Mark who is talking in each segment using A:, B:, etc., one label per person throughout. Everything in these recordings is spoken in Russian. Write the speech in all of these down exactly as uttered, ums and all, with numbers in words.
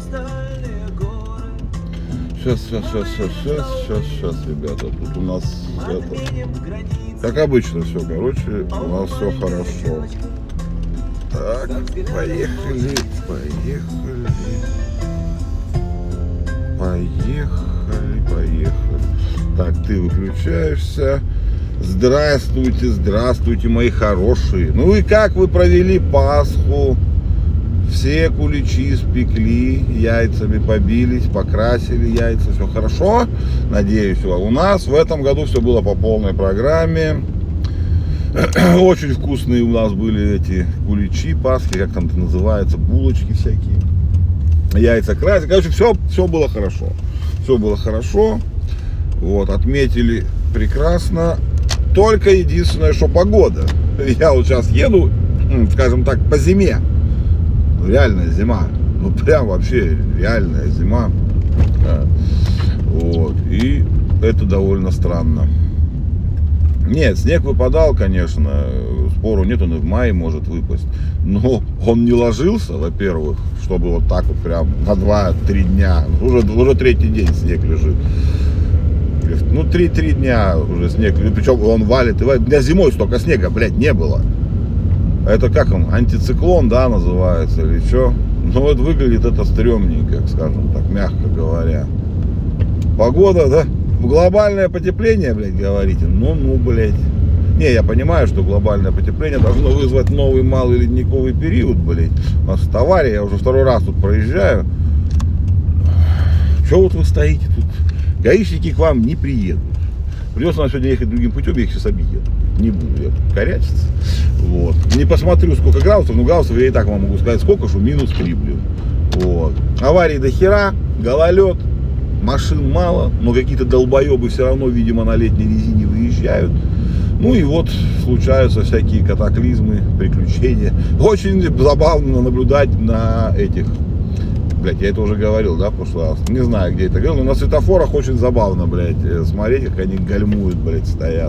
A: Сейчас, сейчас, сейчас, сейчас, сейчас, сейчас, сейчас, ребята, тут у нас это, как обычно все, короче, у нас все хорошо. Так, поехали, поехали, поехали, поехали. Так, ты выключаешься. Здравствуйте, здравствуйте, мои хорошие. Ну и как вы провели Пасху? Все куличи испекли, яйцами побились, покрасили яйца, все хорошо, надеюсь. У нас в этом году все было по полной программе. Очень вкусные у нас были эти куличи, Пасхи, как там это называется, булочки всякие. Яйца красили, короче, все, все было хорошо. Все было хорошо. Вот, отметили прекрасно. Только единственное, что погода. Я вот сейчас еду, скажем так, по зиме. Реальная зима. Ну прям вообще реальная зима. Вот. И это довольно странно. Нет, снег выпадал, конечно. Спору нет, он и в мае может выпасть. Но он не ложился, во-первых, чтобы вот так вот прям на два-три дня. Уже, уже третий день снег лежит. Ну, три-три дня уже снег. Причем он валит и валит. У меня зимой столько снега, блядь, не было. Это как он, антициклон, да, называется, или что? Ну, вот выглядит это стрёмненько, скажем так, мягко говоря. Погода, да? Глобальное потепление, блядь, говорите? Ну, ну, блядь. Не, я понимаю, что глобальное потепление должно вызвать новый малый ледниковый период, блядь. У нас в авария, я уже второй раз тут проезжаю. Чё вот вы стоите тут? Гаишники к вам не приедут. Придется нам сегодня ехать другим путем, я их сейчас объеду. Не буду я корячиться. Вот. Не посмотрю, сколько градусов, но градусов я и так вам могу сказать, сколько, что минус три, блин. Вот. Аварии до хера, гололед, машин мало, но какие-то долбоебы все равно, видимо, на летней резине выезжают. Ну и вот случаются всякие катаклизмы, приключения. Очень забавно наблюдать на этих... Блять, я это уже говорил, да, в прошлый раз. Не знаю, где это говорил, но на светофорах очень забавно, блядь, смотреть, как они гальмуют, блядь, стоят.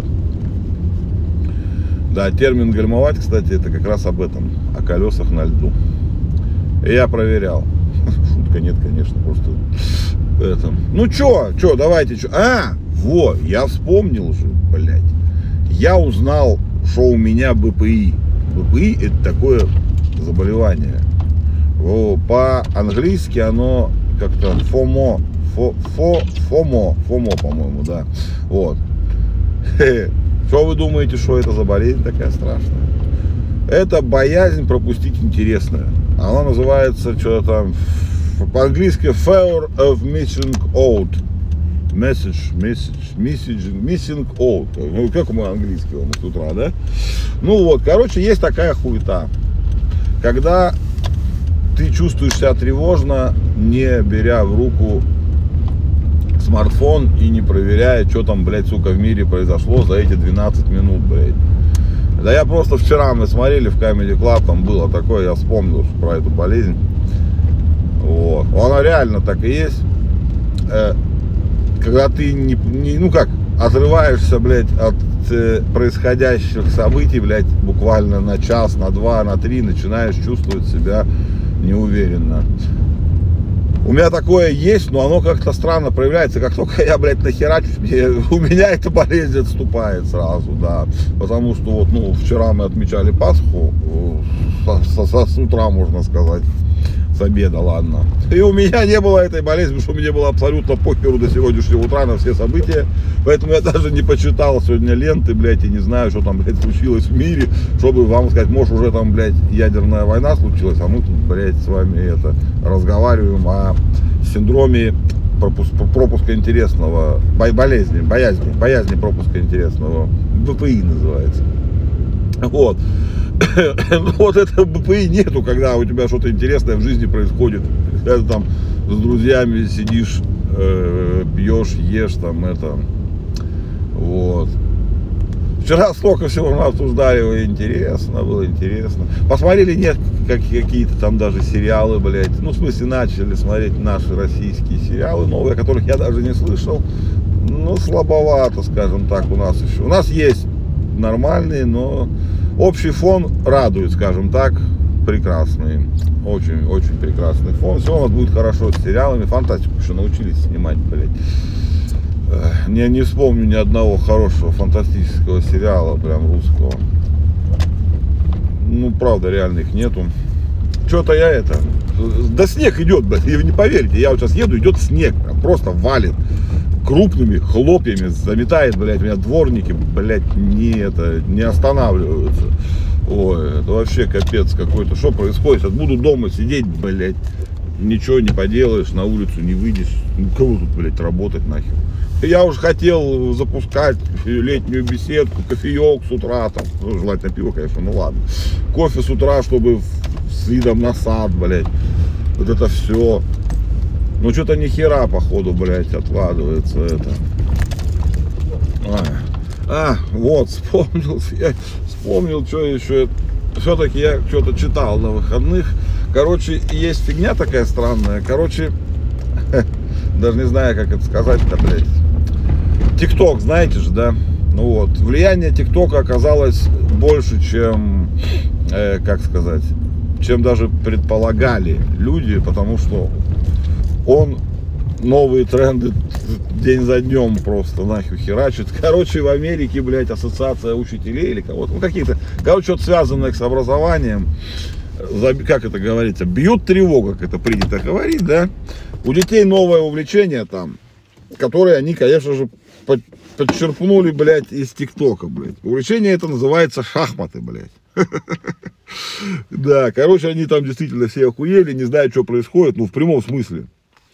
A: Да, термин гальмовать, кстати, это как раз об этом, о колесах на льду. И я проверял. Шутка нет, конечно, просто это. Ну чё, чё, давайте, чё. А, во, я вспомнил же, блядь. Я узнал, что у меня БПИ. БПИ это такое заболевание. По-английски оно как-то фомо, фо, фо, фомо, фомо, по-моему, да. Вот. Что вы думаете, что это за болезнь такая страшная? Это боязнь пропустить интересное. Она называется что-то там по-английски fear of missing out. Message, message, message, missing out. Ну, как мы английский вам с утра, да? Ну вот, короче, есть такая хуета. Когда ты чувствуешь себя тревожно, не беря в руку смартфон и не проверяя, что там, блядь, сука, в мире произошло за эти двенадцать минут, блядь. Да я просто вчера, мы смотрели в Comedy Club, там было такое, я вспомнил про эту болезнь. Вот. Она реально так и есть. Когда ты не, не ну как, отрываешься, блядь, от э, происходящих событий, блядь, буквально на час, на два, на три, начинаешь чувствовать себя неуверенно. У меня такое есть, но оно как-то странно проявляется. Как только я, блядь, нахерачусь, мне, у меня эта болезнь отступает сразу, да. Потому что вот, ну, вчера мы отмечали Пасху, с, с, с утра, можно сказать, с обеда, ладно. И у меня не было этой болезни, потому что мне было абсолютно похеру до сегодняшнего утра на все события. Поэтому я даже не почитал сегодня ленты, блядь, и не знаю, что там, блядь, случилось в мире. Чтобы вам сказать, может, уже там, блядь, ядерная война случилась, а мы тут, блядь, с вами это разговариваем о синдроме пропуск, пропуска интересного, болезни, боязни, боязни пропуска интересного. БПИ называется. Вот. Вот этого БПИ нету, когда у тебя что-то интересное в жизни происходит. Когда ты там с друзьями сидишь, э, пьешь, ешь, там это. Вот. Вчера столько всего мы обсуждали, интересно, было интересно. Посмотрели нет, как, какие-то там даже сериалы, блядь. Ну, в смысле, начали смотреть наши российские сериалы новые, о которых я даже не слышал. Ну, слабовато, скажем так, у нас еще. У нас есть нормальные, но общий фон радует, скажем так. прекрасный, очень-очень прекрасный фон. Все у нас будет хорошо с сериалами, фантастику еще научились снимать, блядь. Не, не вспомню ни одного хорошего фантастического сериала, прям русского. Ну, правда, реально их нету. Что-то я это... Да снег идет, блядь, вы не поверите. Я вот сейчас еду, идет снег, просто валит. Крупными хлопьями заметает, блядь, меня дворники, блядь, не это, не останавливаются. Ой, это вообще капец какой-то. Что происходит? Сейчас буду дома сидеть, блядь, ничего не поделаешь, на улицу не выйдешь. Ну, кого тут, блядь, работать нахер? Я уже хотел запускать летнюю беседку, кофеек с утра, там, ну, желательно пиво, конечно, ну ладно. Кофе с утра, чтобы с видом на сад, блядь. Вот это все. Ну что-то ни хера, походу, блядь, откладывается это. А, а вот, вспомнил, я вспомнил, что еще. Все-таки я что-то читал на выходных. Короче, есть фигня такая странная. Короче, даже не знаю, как это сказать-то, блядь. ТикТок, знаете же, да? Ну вот, влияние ТикТока оказалось больше, чем, э, как сказать, чем даже предполагали люди, потому что он новые тренды день за днем просто нахер херачит. Короче, в Америке, блядь, ассоциация учителей или кого-то, ну какие-то, короче, что-то связанное с образованием, как это говорится, бьют тревогу, как это принято говорить, да? У детей новое увлечение там, которое они, конечно же, подчерпнули, блядь, из ТикТока, блядь. Увлечение это называется шахматы, блядь. Да, короче, они там действительно все охуели, не знают, что происходит, ну, в прямом смысле.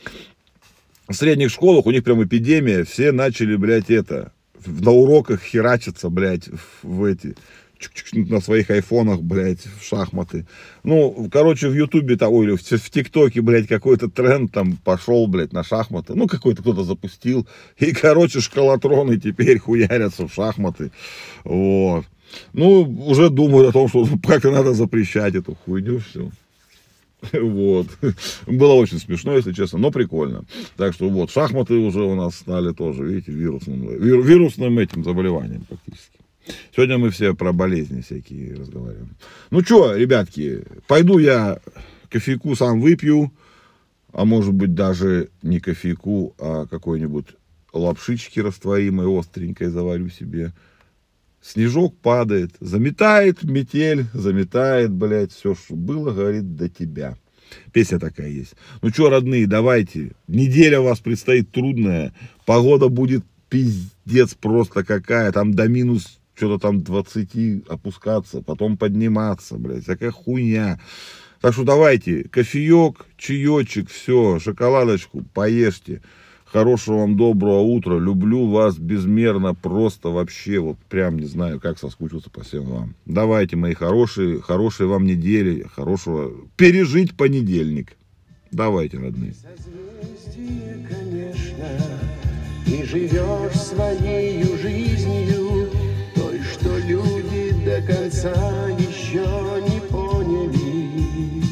A: В средних школах у них прям эпидемия, все начали, блядь, это, на уроках херачиться, блядь, в эти, на своих айфонах, блядь, в шахматы. Ну, короче, в Ютубе того или в ТикТоке, блядь, какой-то тренд там пошел, блядь, на шахматы. Ну, какой-то кто-то запустил. И, короче, школотроны теперь хуярятся в шахматы. Вот. Ну, уже думают о том, что как-то надо запрещать эту хуйню, все. Вот. Было очень смешно, если честно, но прикольно. Так что вот, шахматы уже у нас стали тоже, видите, вирусным, вирусным этим заболеванием практически. Сегодня мы все про болезни всякие разговариваем. Ну что, ребятки, пойду я кофейку сам выпью, а может быть даже не кофейку, а какой-нибудь лапшички растворимой, остренькой заварю себе. Снежок падает, заметает метель, заметает, блядь, все, что было, говорит, до тебя. Песня такая есть. Ну что, родные, давайте. Неделя у вас предстоит трудная. Погода будет пиздец просто какая. Там до минус что-то там двадцати опускаться, потом подниматься, блядь. Всякая хуйня. Так что давайте, кофеек, чаечек, все, шоколадочку, поешьте. Хорошего вам доброго утра. Люблю вас безмерно, просто вообще, вот прям не знаю, как соскучился по всем вам. Давайте, мои хорошие, хорошей вам недели, хорошего пережить понедельник. Давайте, родные.
B: Созвездие, конечно, и живешь своей жизнью, той, что люди до конца еще не поняли.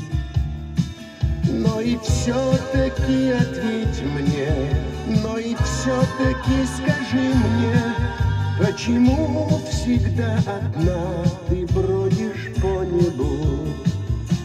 B: Но и все-таки ответь мне, но и все-таки скажи мне, почему всегда одна ты бродишь по небу?